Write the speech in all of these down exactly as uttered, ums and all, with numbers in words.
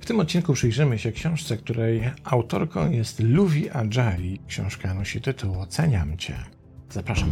W tym odcinku przyjrzymy się książce, której autorką jest Luvvie Adjari. Książka nosi tytuł Oceniam Cię. Zapraszam.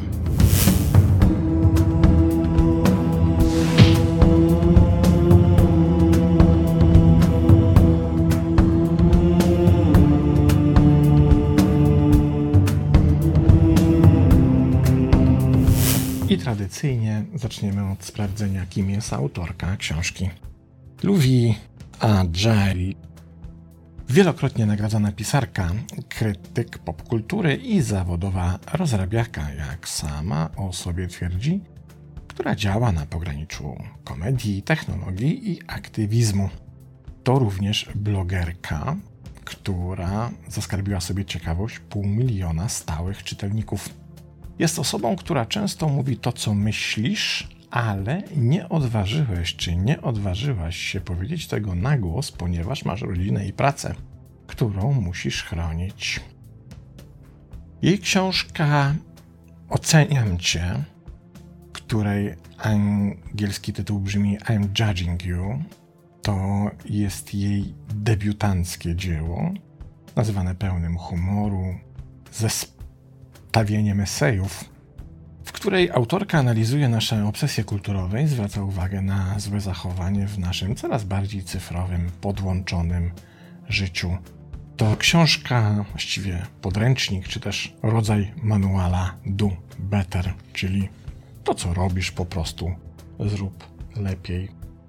I tradycyjnie zaczniemy od sprawdzenia, kim jest autorka książki. Luvvie Adjari, wielokrotnie nagradzana pisarka, krytyk popkultury i zawodowa rozrabiaka, jak sama o sobie twierdzi, która działa na pograniczu komedii, technologii i aktywizmu. To również blogerka, która zaskarbiła sobie ciekawość pół miliona stałych czytelników. Jest osobą, która często mówi to, co myślisz, ale nie odważyłeś czy nie odważyłaś się powiedzieć tego na głos, ponieważ masz rodzinę i pracę, którą musisz chronić. Jej książka Oceniam Cię, której angielski tytuł brzmi I'm Judging You, to jest jej debiutanckie dzieło, nazywane pełnym humoru, zestawieniem esejów, w której autorka analizuje nasze obsesje kulturowe i zwraca uwagę na złe zachowanie w naszym coraz bardziej cyfrowym, podłączonym życiu. To książka, właściwie podręcznik, czy też rodzaj manuala Do Better, czyli to, co robisz, po prostu zrób lepiej.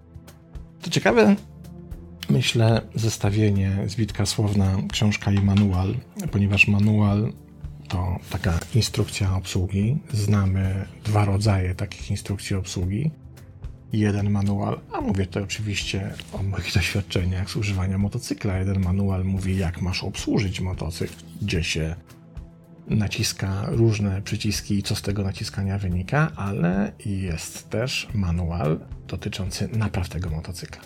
To ciekawe, myślę, zestawienie, zbitka słowna książka i manual, ponieważ manual to taka instrukcja obsługi. Znamy dwa rodzaje takich instrukcji obsługi. Jeden manual, a mówię to oczywiście o moich doświadczeniach z używania motocykla. Jeden manual mówi, jak masz obsłużyć motocykl, gdzie się naciska różne przyciski i co z tego naciskania wynika, ale jest też manual dotyczący napraw tego motocykla.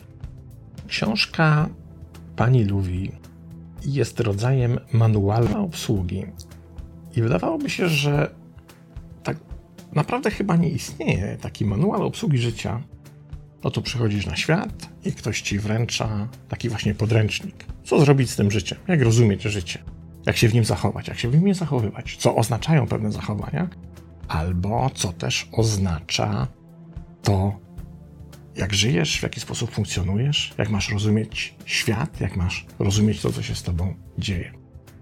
Książka pani Luvvie jest rodzajem manualu obsługi. I wydawałoby się, że tak naprawdę chyba nie istnieje taki manual obsługi życia. No to przychodzisz na świat i ktoś ci wręcza taki właśnie podręcznik. Co zrobić z tym życiem? Jak rozumieć życie? Jak się w nim zachować? Jak się w nim nie zachowywać? Co oznaczają pewne zachowania? Albo co też oznacza to, jak żyjesz, w jaki sposób funkcjonujesz, jak masz rozumieć świat, jak masz rozumieć to, co się z tobą dzieje.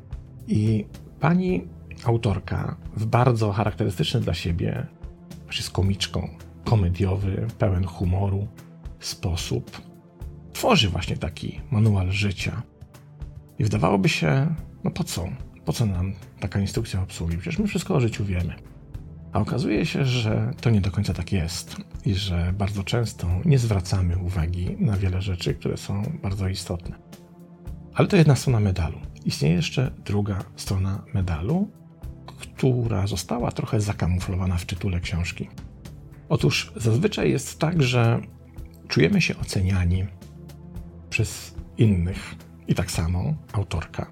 I pani autorka w bardzo charakterystyczny dla siebie, jest komiczką, komediowy, pełen humoru sposób tworzy właśnie taki manual życia. I wydawałoby się, no po co? Po co nam taka instrukcja obsługi? Przecież my wszystko o życiu wiemy. A okazuje się, że to nie do końca tak jest i że bardzo często nie zwracamy uwagi na wiele rzeczy, które są bardzo istotne. Ale to jedna strona medalu. Istnieje jeszcze druga strona medalu, która została trochę zakamuflowana w tytule książki. Otóż zazwyczaj jest tak, że czujemy się oceniani przez innych. I tak samo autorka,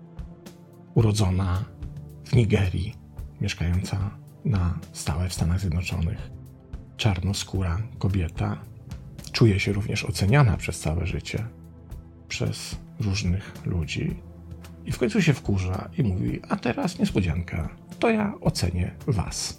urodzona w Nigerii, mieszkająca na stałe w Stanach Zjednoczonych, czarnoskóra kobieta, czuje się również oceniana przez całe życie, przez różnych ludzi. I w końcu się wkurza i mówi, a teraz niespodzianka, to ja ocenię was.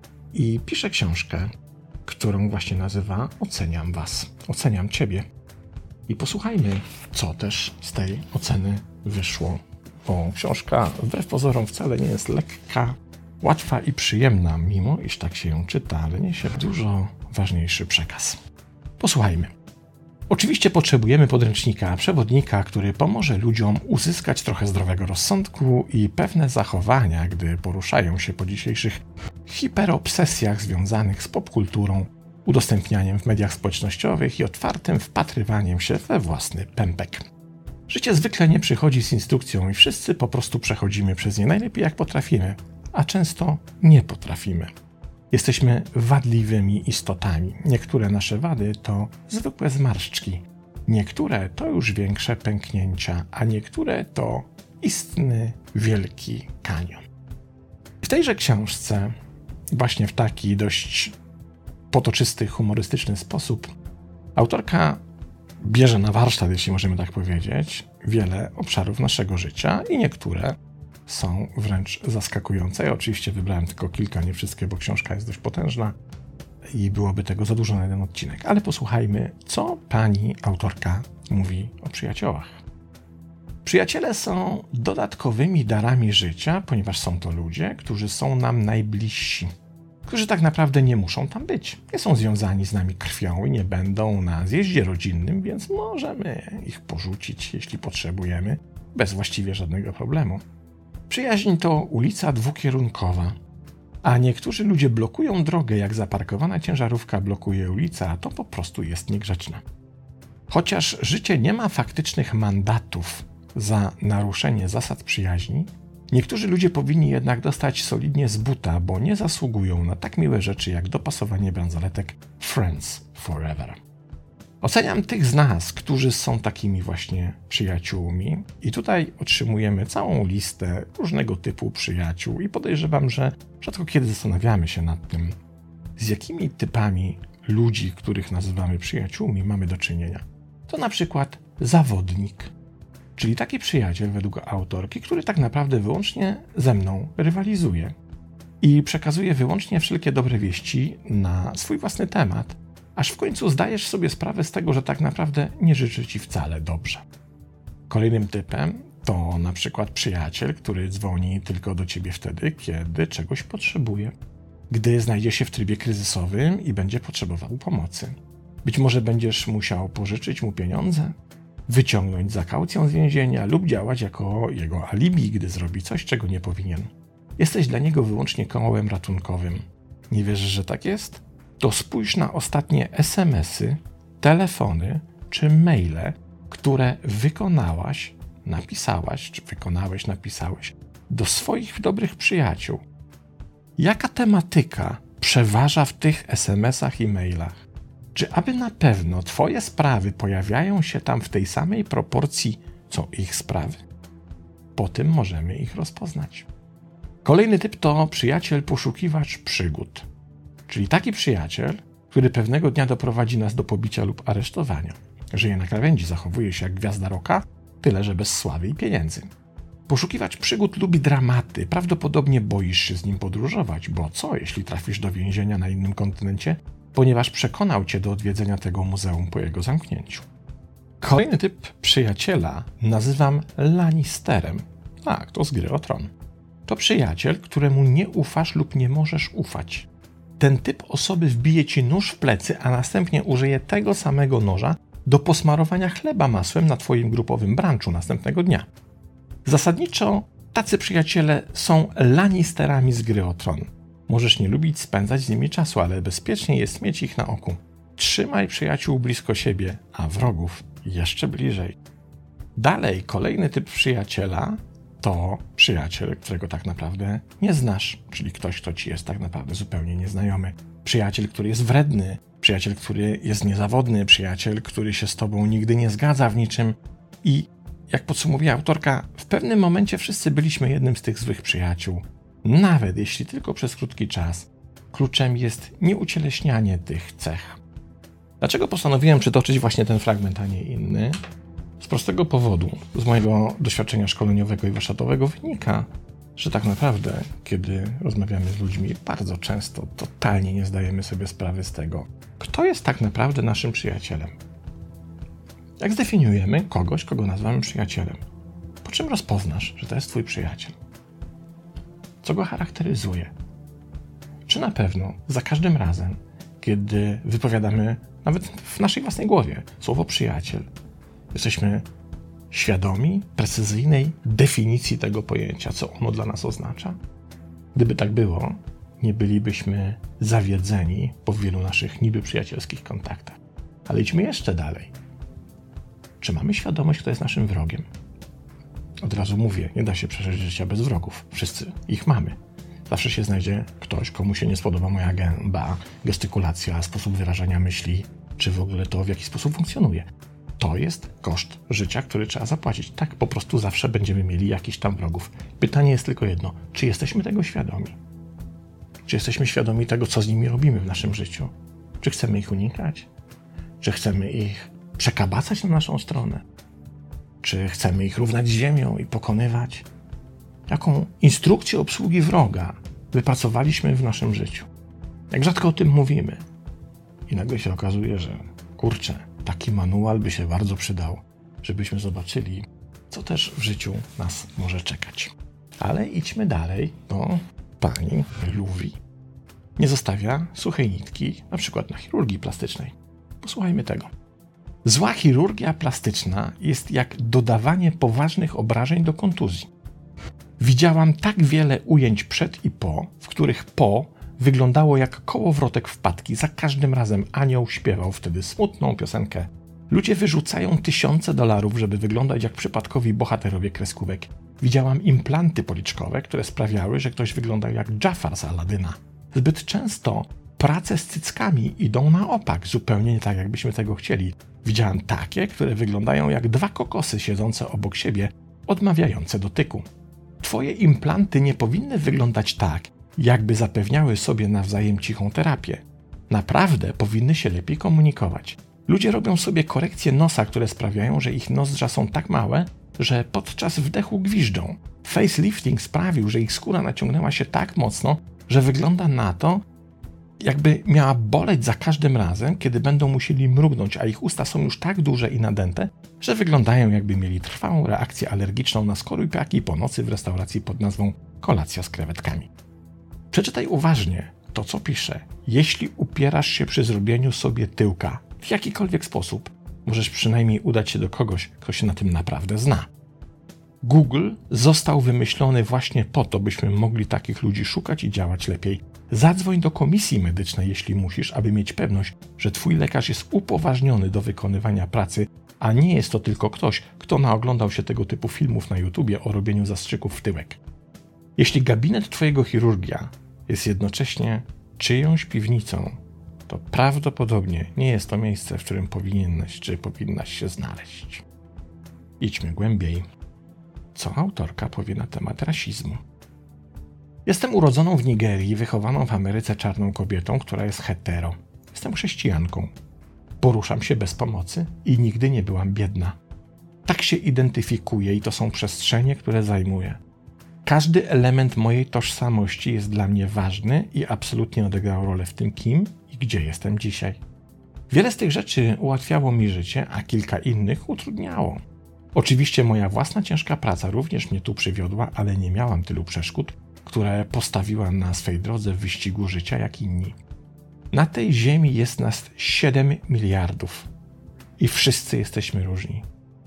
I pisze książkę, którą właśnie nazywa Oceniam was, oceniam ciebie. I posłuchajmy, co też z tej oceny wyszło. Bo książka wbrew pozorom wcale nie jest lekka, łatwa i przyjemna, mimo iż tak się ją czyta, ale niesie dużo ważniejszy przekaz. Posłuchajmy. Oczywiście potrzebujemy podręcznika, przewodnika, który pomoże ludziom uzyskać trochę zdrowego rozsądku i pewne zachowania, gdy poruszają się po dzisiejszych hiperobsesjach związanych z popkulturą, udostępnianiem w mediach społecznościowych i otwartym wpatrywaniem się we własny pępek. Życie zwykle nie przychodzi z instrukcją i wszyscy po prostu przechodzimy przez nie najlepiej jak potrafimy, a często nie potrafimy. Jesteśmy wadliwymi istotami. Niektóre nasze wady to zwykłe zmarszczki. Niektóre to już większe pęknięcia, a niektóre to istny, wielki kanion. W tejże książce, właśnie w taki dość potoczysty, humorystyczny sposób, autorka bierze na warsztat, jeśli możemy tak powiedzieć, wiele obszarów naszego życia i niektóre są wręcz zaskakujące. Ja oczywiście wybrałem tylko kilka, nie wszystkie, bo książka jest dość potężna i byłoby tego za dużo na jeden odcinek. Ale posłuchajmy, co pani autorka mówi o przyjaciołach. Przyjaciele są dodatkowymi darami życia, ponieważ są to ludzie, którzy są nam najbliżsi, którzy tak naprawdę nie muszą tam być. Nie są związani z nami krwią i nie będą na zjeździe rodzinnym, więc możemy ich porzucić, jeśli potrzebujemy, bez właściwie żadnego problemu. Przyjaźń to ulica dwukierunkowa, a niektórzy ludzie blokują drogę, jak zaparkowana ciężarówka blokuje ulicę, a to po prostu jest niegrzeczne. Chociaż życie nie ma faktycznych mandatów za naruszenie zasad przyjaźni, niektórzy ludzie powinni jednak dostać solidnie z buta, bo nie zasługują na tak miłe rzeczy jak dopasowanie bransoletek Friends Forever. Oceniam tych z nas, którzy są takimi właśnie przyjaciółmi i tutaj otrzymujemy całą listę różnego typu przyjaciół i podejrzewam, że rzadko kiedy zastanawiamy się nad tym, z jakimi typami ludzi, których nazywamy przyjaciółmi, mamy do czynienia. To na przykład zawodnik, czyli taki przyjaciel według autorki, który tak naprawdę wyłącznie ze mną rywalizuje i przekazuje wyłącznie wszelkie dobre wieści na swój własny temat, aż w końcu zdajesz sobie sprawę z tego, że tak naprawdę nie życzy ci wcale dobrze. Kolejnym typem to na przykład przyjaciel, który dzwoni tylko do ciebie wtedy, kiedy czegoś potrzebuje, gdy znajdzie się w trybie kryzysowym i będzie potrzebował pomocy. Być może będziesz musiał pożyczyć mu pieniądze, wyciągnąć za kaucją z więzienia lub działać jako jego alibi, gdy zrobi coś, czego nie powinien. Jesteś dla niego wyłącznie kołem ratunkowym. Nie wierzysz, że tak jest? To spójrz na ostatnie es em esy, telefony czy maile, które wykonałaś, napisałaś, czy wykonałeś, napisałeś do swoich dobrych przyjaciół. Jaka tematyka przeważa w tych es em esach i mailach? Czy aby na pewno twoje sprawy pojawiają się tam w tej samej proporcji, co ich sprawy? Po tym możemy ich rozpoznać. Kolejny typ to przyjaciel poszukiwacz przygód. Czyli taki przyjaciel, który pewnego dnia doprowadzi nas do pobicia lub aresztowania. Żyje na krawędzi, zachowuje się jak gwiazda rocka, tyle że bez sławy i pieniędzy. Poszukiwacz przygód lubi dramaty, prawdopodobnie boisz się z nim podróżować, bo co jeśli trafisz do więzienia na innym kontynencie, ponieważ przekonał cię do odwiedzenia tego muzeum po jego zamknięciu. Kolejny typ przyjaciela nazywam Lannisterem. Tak, to z Gry o Tron. To przyjaciel, któremu nie ufasz lub nie możesz ufać. Ten typ osoby wbije ci nóż w plecy, a następnie użyje tego samego noża do posmarowania chleba masłem na twoim grupowym brunchu następnego dnia. Zasadniczo tacy przyjaciele są Lannisterami z Gry o Tron. Możesz nie lubić spędzać z nimi czasu, ale bezpiecznie jest mieć ich na oku. Trzymaj przyjaciół blisko siebie, a wrogów jeszcze bliżej. Dalej, kolejny typ przyjaciela to przyjaciel, którego tak naprawdę nie znasz, czyli ktoś, kto ci jest tak naprawdę zupełnie nieznajomy. Przyjaciel, który jest wredny, przyjaciel, który jest niezawodny, przyjaciel, który się z tobą nigdy nie zgadza w niczym. I jak podsumowuje autorka, w pewnym momencie wszyscy byliśmy jednym z tych złych przyjaciół. Nawet jeśli tylko przez krótki czas. Kluczem jest nieucieleśnianie tych cech. Dlaczego postanowiłem przytoczyć właśnie ten fragment, a nie inny? Z prostego powodu, z mojego doświadczenia szkoleniowego i warsztatowego wynika, że tak naprawdę, kiedy rozmawiamy z ludźmi, bardzo często totalnie nie zdajemy sobie sprawy z tego, kto jest tak naprawdę naszym przyjacielem. Jak zdefiniujemy kogoś, kogo nazywamy przyjacielem? Po czym rozpoznasz, że to jest twój przyjaciel? Co go charakteryzuje? Czy na pewno za każdym razem, kiedy wypowiadamy nawet w naszej własnej głowie słowo przyjaciel, jesteśmy świadomi precyzyjnej definicji tego pojęcia, co ono dla nas oznacza? Gdyby tak było, nie bylibyśmy zawiedzeni po wielu naszych niby przyjacielskich kontaktach. Ale idźmy jeszcze dalej. Czy mamy świadomość, kto jest naszym wrogiem? Od razu mówię, nie da się przeżyć życia bez wrogów. Wszyscy ich mamy. Zawsze się znajdzie ktoś, komu się nie spodoba moja gęba, gestykulacja, sposób wyrażania myśli, czy w ogóle to, w jaki sposób funkcjonuje. To jest koszt życia, który trzeba zapłacić. Tak, po prostu zawsze będziemy mieli jakichś tam wrogów. Pytanie jest tylko jedno. Czy jesteśmy tego świadomi? Czy jesteśmy świadomi tego, co z nimi robimy w naszym życiu? Czy chcemy ich unikać? Czy chcemy ich przekabacać na naszą stronę? Czy chcemy ich równać z ziemią i pokonywać? Jaką instrukcję obsługi wroga wypracowaliśmy w naszym życiu? Jak rzadko o tym mówimy. I nagle się okazuje, że kurczę, taki manual by się bardzo przydał, żebyśmy zobaczyli, co też w życiu nas może czekać. Ale idźmy dalej, bo pani Louis nie zostawia suchej nitki, na przykład na chirurgii plastycznej. Posłuchajmy tego. Zła chirurgia plastyczna jest jak dodawanie poważnych obrażeń do kontuzji. Widziałam tak wiele ujęć przed i po, w których po wyglądało jak kołowrotek wpadki. Za każdym razem anioł śpiewał wtedy smutną piosenkę. Ludzie wyrzucają tysiące dolarów, żeby wyglądać jak przypadkowi bohaterowie kreskówek. Widziałam implanty policzkowe, które sprawiały, że ktoś wyglądał jak Jafar z Aladyna. Zbyt często prace z cyckami idą na opak, zupełnie nie tak, jakbyśmy tego chcieli. Widziałam takie, które wyglądają jak dwa kokosy siedzące obok siebie, odmawiające dotyku. Twoje implanty nie powinny wyglądać tak, jakby zapewniały sobie nawzajem cichą terapię. Naprawdę powinny się lepiej komunikować. Ludzie robią sobie korekcje nosa, które sprawiają, że ich nozdrza są tak małe, że podczas wdechu gwiżdżą. Facelifting sprawił, że ich skóra naciągnęła się tak mocno, że wygląda na to, jakby miała boleć za każdym razem, kiedy będą musieli mrugnąć, a ich usta są już tak duże i nadęte, że wyglądają, jakby mieli trwałą reakcję alergiczną na skorupiaki po nocy w restauracji pod nazwą Kolacja z krewetkami. Przeczytaj uważnie to, co pisze. Jeśli upierasz się przy zrobieniu sobie tyłka w jakikolwiek sposób, możesz przynajmniej udać się do kogoś, kto się na tym naprawdę zna. Google został wymyślony właśnie po to, byśmy mogli takich ludzi szukać i działać lepiej. Zadzwoń do komisji medycznej, jeśli musisz, aby mieć pewność, że twój lekarz jest upoważniony do wykonywania pracy, a nie jest to tylko ktoś, kto naoglądał się tego typu filmów na YouTubie o robieniu zastrzyków w tyłek. Jeśli gabinet twojego chirurgia jest jednocześnie czyjąś piwnicą, to prawdopodobnie nie jest to miejsce, w którym powinieneś czy powinnaś się znaleźć. Idźmy głębiej. Co autorka powie na temat rasizmu? Jestem urodzoną w Nigerii, wychowaną w Ameryce czarną kobietą, która jest hetero. Jestem chrześcijanką. Poruszam się bez pomocy i nigdy nie byłam biedna. Tak się identyfikuję i to są przestrzenie, które zajmuję. Każdy element mojej tożsamości jest dla mnie ważny i absolutnie odegrał rolę w tym, kim i gdzie jestem dzisiaj. Wiele z tych rzeczy ułatwiało mi życie, a kilka innych utrudniało. Oczywiście moja własna ciężka praca również mnie tu przywiodła, ale nie miałam tylu przeszkód, które postawiłam na swej drodze w wyścigu życia jak inni. Na tej ziemi jest nas siedem miliardów i wszyscy jesteśmy różni.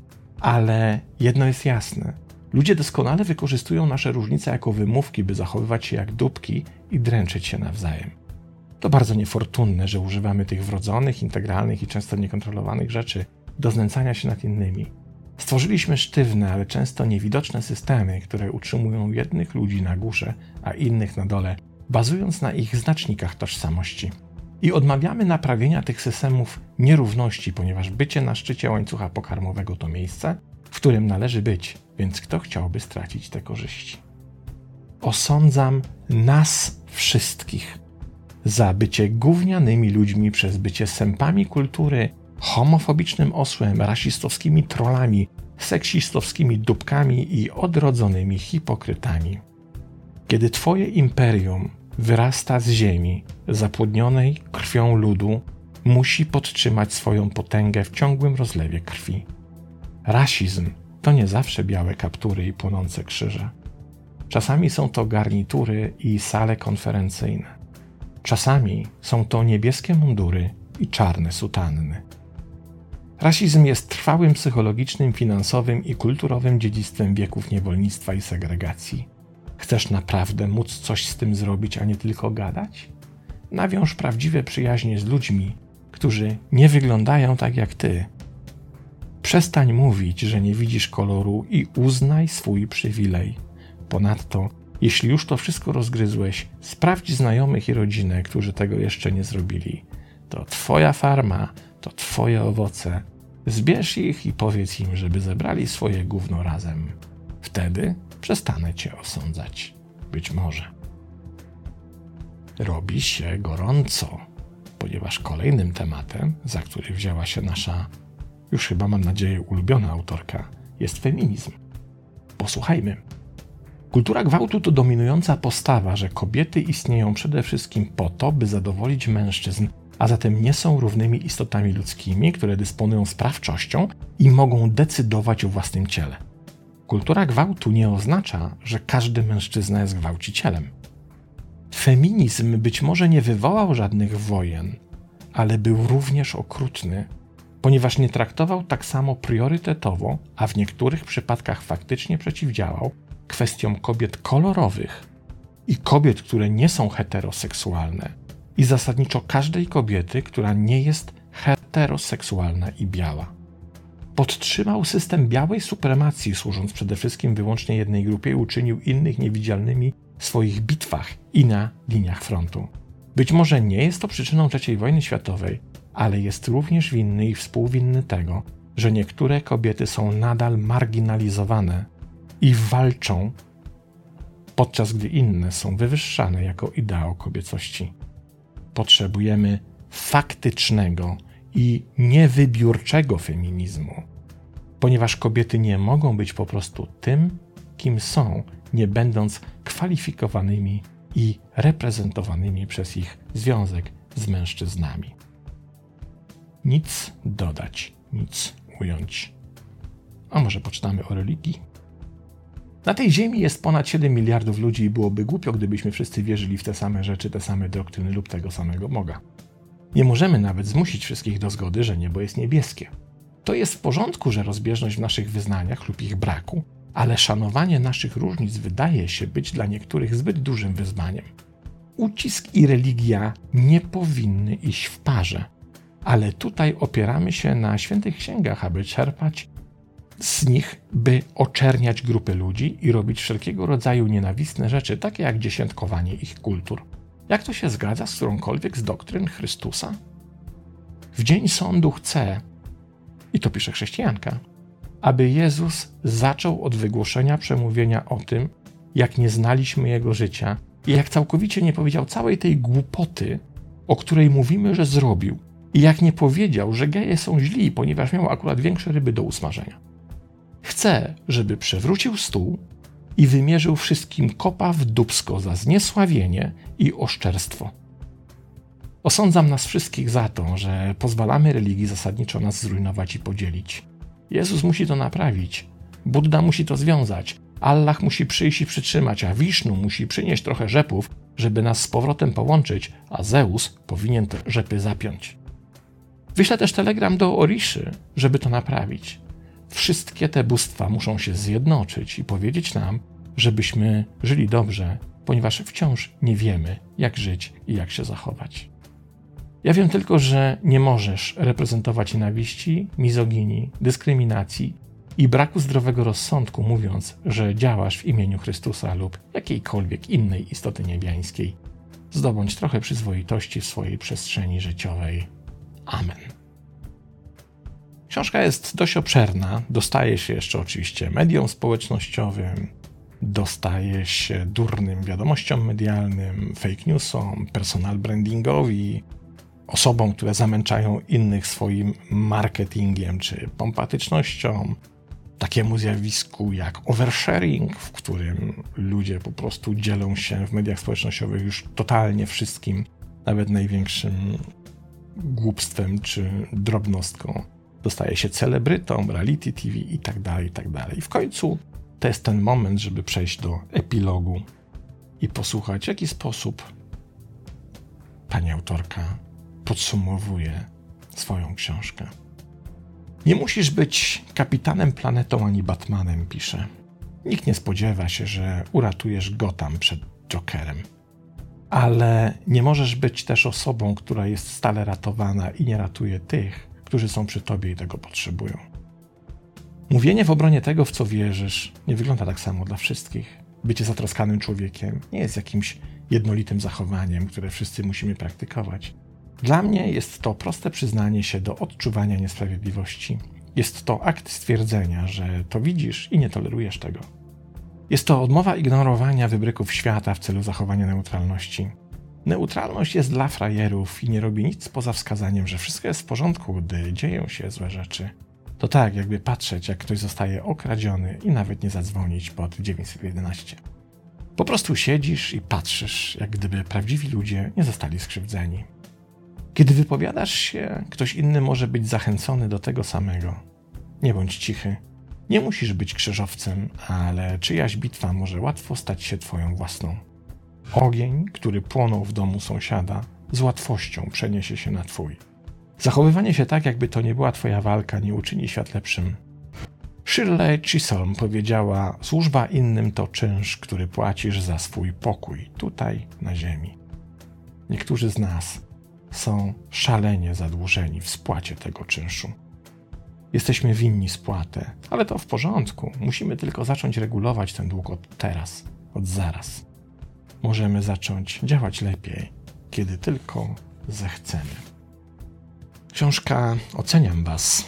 Ale jedno jest jasne. Ludzie doskonale wykorzystują nasze różnice jako wymówki, by zachowywać się jak dupki i dręczyć się nawzajem. To bardzo niefortunne, że używamy tych wrodzonych, integralnych i często niekontrolowanych rzeczy do znęcania się nad innymi. Stworzyliśmy sztywne, ale często niewidoczne systemy, które utrzymują jednych ludzi na górze, a innych na dole, bazując na ich znacznikach tożsamości. I odmawiamy naprawienia tych systemów nierówności, ponieważ bycie na szczycie łańcucha pokarmowego to miejsce, w którym należy być, więc kto chciałby stracić te korzyści? Osądzam nas wszystkich za bycie gównianymi ludźmi przez bycie sępami kultury, homofobicznym osłem, rasistowskimi trollami, seksistowskimi dupkami i odrodzonymi hipokrytami. Kiedy twoje imperium wyrasta z ziemi zapłodnionej krwią ludu, musi podtrzymać swoją potęgę w ciągłym rozlewie krwi. Rasizm to nie zawsze białe kaptury i płonące krzyże. Czasami są to garnitury i sale konferencyjne. Czasami są to niebieskie mundury i czarne sutanny. Rasizm jest trwałym psychologicznym, finansowym i kulturowym dziedzictwem wieków niewolnictwa i segregacji. Chcesz naprawdę móc coś z tym zrobić, a nie tylko gadać? Nawiąż prawdziwe przyjaźnie z ludźmi, którzy nie wyglądają tak jak ty. Przestań mówić, że nie widzisz koloru i uznaj swój przywilej. Ponadto, jeśli już to wszystko rozgryzłeś, sprawdź znajomych i rodzinę, którzy tego jeszcze nie zrobili. To twoja farma, to twoje owoce. Zbierz ich i powiedz im, żeby zebrali swoje gówno razem. Wtedy przestanę cię osądzać. Być może. Robi się gorąco, ponieważ kolejnym tematem, za który wzięła się nasza już chyba mam nadzieję ulubiona autorka, jest feminizm. Posłuchajmy. Kultura gwałtu to dominująca postawa, że kobiety istnieją przede wszystkim po to, by zadowolić mężczyzn, a zatem nie są równymi istotami ludzkimi, które dysponują sprawczością i mogą decydować o własnym ciele. Kultura gwałtu nie oznacza, że każdy mężczyzna jest gwałcicielem. Feminizm być może nie wywołał żadnych wojen, ale był również okrutny, ponieważ nie traktował tak samo priorytetowo, a w niektórych przypadkach faktycznie przeciwdziałał kwestiom kobiet kolorowych i kobiet, które nie są heteroseksualne i zasadniczo każdej kobiety, która nie jest heteroseksualna i biała. Podtrzymał system białej supremacji, służąc przede wszystkim wyłącznie jednej grupie i uczynił innych niewidzialnymi w swoich bitwach i na liniach frontu. Być może nie jest to przyczyną trzeciej wojny światowej, ale jest również winny i współwinny tego, że niektóre kobiety są nadal marginalizowane i walczą, podczas gdy inne są wywyższane jako ideał kobiecości. Potrzebujemy faktycznego i niewybiórczego feminizmu, ponieważ kobiety nie mogą być po prostu tym, kim są, nie będąc kwalifikowanymi i reprezentowanymi przez ich związek z mężczyznami. Nic dodać, nic ująć. A może poczytamy o religii? Na tej ziemi jest ponad siedem miliardów ludzi i byłoby głupio, gdybyśmy wszyscy wierzyli w te same rzeczy, te same doktryny lub tego samego Boga. Nie możemy nawet zmusić wszystkich do zgody, że niebo jest niebieskie. To jest w porządku, że rozbieżność w naszych wyznaniach lub ich braku, ale szanowanie naszych różnic wydaje się być dla niektórych zbyt dużym wyzwaniem. Ucisk i religia nie powinny iść w parze, ale tutaj opieramy się na świętych księgach, aby czerpać z nich, by oczerniać grupy ludzi i robić wszelkiego rodzaju nienawistne rzeczy, takie jak dziesiątkowanie ich kultur. Jak to się zgadza z którąkolwiek z doktryn Chrystusa? W dzień sądu chcę, i to pisze chrześcijanka, aby Jezus zaczął od wygłoszenia przemówienia o tym, jak nie znaliśmy Jego życia i jak całkowicie nie powiedział całej tej głupoty, o której mówimy, że zrobił, i jak nie powiedział, że geje są źli, ponieważ miał akurat większe ryby do usmażenia. Chcę, żeby przewrócił stół i wymierzył wszystkim kopa w dupsko za zniesławienie i oszczerstwo. Osądzam nas wszystkich za to, że pozwalamy religii zasadniczo nas zrujnować i podzielić. Jezus musi to naprawić, Budda musi to związać, Allah musi przyjść i przytrzymać, a Wisznu musi przynieść trochę rzepów, żeby nas z powrotem połączyć, a Zeus powinien te rzepy zapiąć. Wyślę też telegram do Oriszy, żeby to naprawić. Wszystkie te bóstwa muszą się zjednoczyć i powiedzieć nam, żebyśmy żyli dobrze, ponieważ wciąż nie wiemy, jak żyć i jak się zachować. Ja wiem tylko, że nie możesz reprezentować nienawiści, mizoginii, dyskryminacji i braku zdrowego rozsądku, mówiąc, że działasz w imieniu Chrystusa lub jakiejkolwiek innej istoty niebiańskiej. Zdobądź trochę przyzwoitości w swojej przestrzeni życiowej. Amen. Książka jest dość obszerna, dostaje się jeszcze oczywiście mediom społecznościowym, dostaje się durnym wiadomościom medialnym, fake newsom, personal brandingowi, osobom, które zamęczają innych swoim marketingiem czy pompatycznością, takiemu zjawisku jak oversharing, w którym ludzie po prostu dzielą się w mediach społecznościowych już totalnie wszystkim, nawet największym głupstwem czy drobnostką. Dostaje się celebrytom, reality T V i tak dalej, i tak dalej. I w końcu to jest ten moment, żeby przejść do epilogu i posłuchać, w jaki sposób pani autorka podsumowuje swoją książkę. Nie musisz być kapitanem planetą ani Batmanem, pisze. Nikt nie spodziewa się, że uratujesz Gotham przed Jokerem. Ale nie możesz być też osobą, która jest stale ratowana i nie ratuje tych, którzy są przy tobie i tego potrzebują. Mówienie w obronie tego, w co wierzysz, nie wygląda tak samo dla wszystkich. Bycie zatroskanym człowiekiem nie jest jakimś jednolitym zachowaniem, które wszyscy musimy praktykować. Dla mnie jest to proste przyznanie się do odczuwania niesprawiedliwości. Jest to akt stwierdzenia, że to widzisz i nie tolerujesz tego. Jest to odmowa ignorowania wybryków świata w celu zachowania neutralności. Neutralność jest dla frajerów i nie robi nic poza wskazaniem, że wszystko jest w porządku, gdy dzieją się złe rzeczy. To tak, jakby patrzeć, jak ktoś zostaje okradziony i nawet nie zadzwonić pod dziewięćset jedenaście. Po prostu siedzisz i patrzysz, jak gdyby prawdziwi ludzie nie zostali skrzywdzeni. Kiedy wypowiadasz się, ktoś inny może być zachęcony do tego samego. Nie bądź cichy. Nie musisz być krzyżowcem, ale czyjaś bitwa może łatwo stać się twoją własną. Ogień, który płonął w domu sąsiada, z łatwością przeniesie się na twój. Zachowywanie się tak, jakby to nie była twoja walka, nie uczyni świat lepszym. Shirley Chisholm powiedziała: służba innym to czynsz, który płacisz za swój pokój, tutaj na ziemi. Niektórzy z nas są szalenie zadłużeni w spłacie tego czynszu. Jesteśmy winni spłatę, ale to w porządku. Musimy tylko zacząć regulować ten dług od teraz, od zaraz. Możemy zacząć działać lepiej, kiedy tylko zechcemy. Książka Oceniam was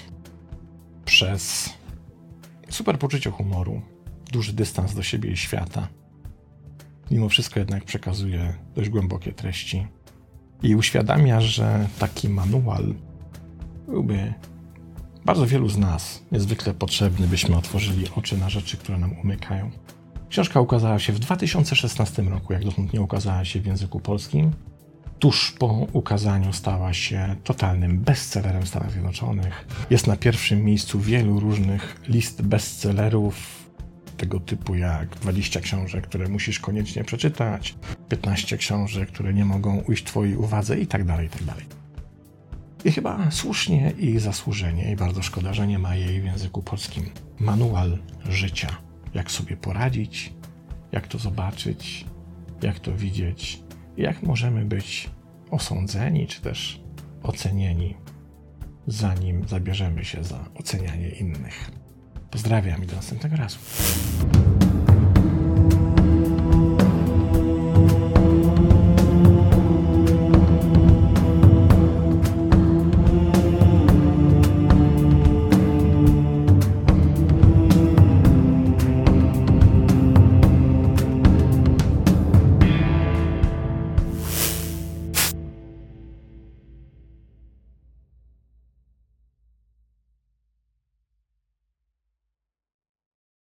przez super poczucie humoru, duży dystans do siebie i świata. Mimo wszystko jednak przekazuje dość głębokie treści i uświadamia, że taki manual byłby bardzo wielu z nas niezwykle potrzebny, byśmy otworzyli oczy na rzeczy, które nam umykają. Książka ukazała się w dwa tysiące szesnastym roku, jak dotąd nie ukazała się w języku polskim. Tuż po ukazaniu stała się totalnym bestsellerem w Stanach Zjednoczonych. Jest na pierwszym miejscu wielu różnych list bestsellerów, tego typu jak dwadzieścia książek, które musisz koniecznie przeczytać, piętnaście książek, które nie mogą ujść twojej uwadze i tak dalej, i tak dalej. I chyba słusznie i zasłużenie, i bardzo szkoda, że nie ma jej w języku polskim. Manual życia. Jak sobie poradzić, jak to zobaczyć, jak to widzieć, jak możemy być osądzeni, czy też ocenieni, zanim zabierzemy się za ocenianie innych. Pozdrawiam i do następnego razu.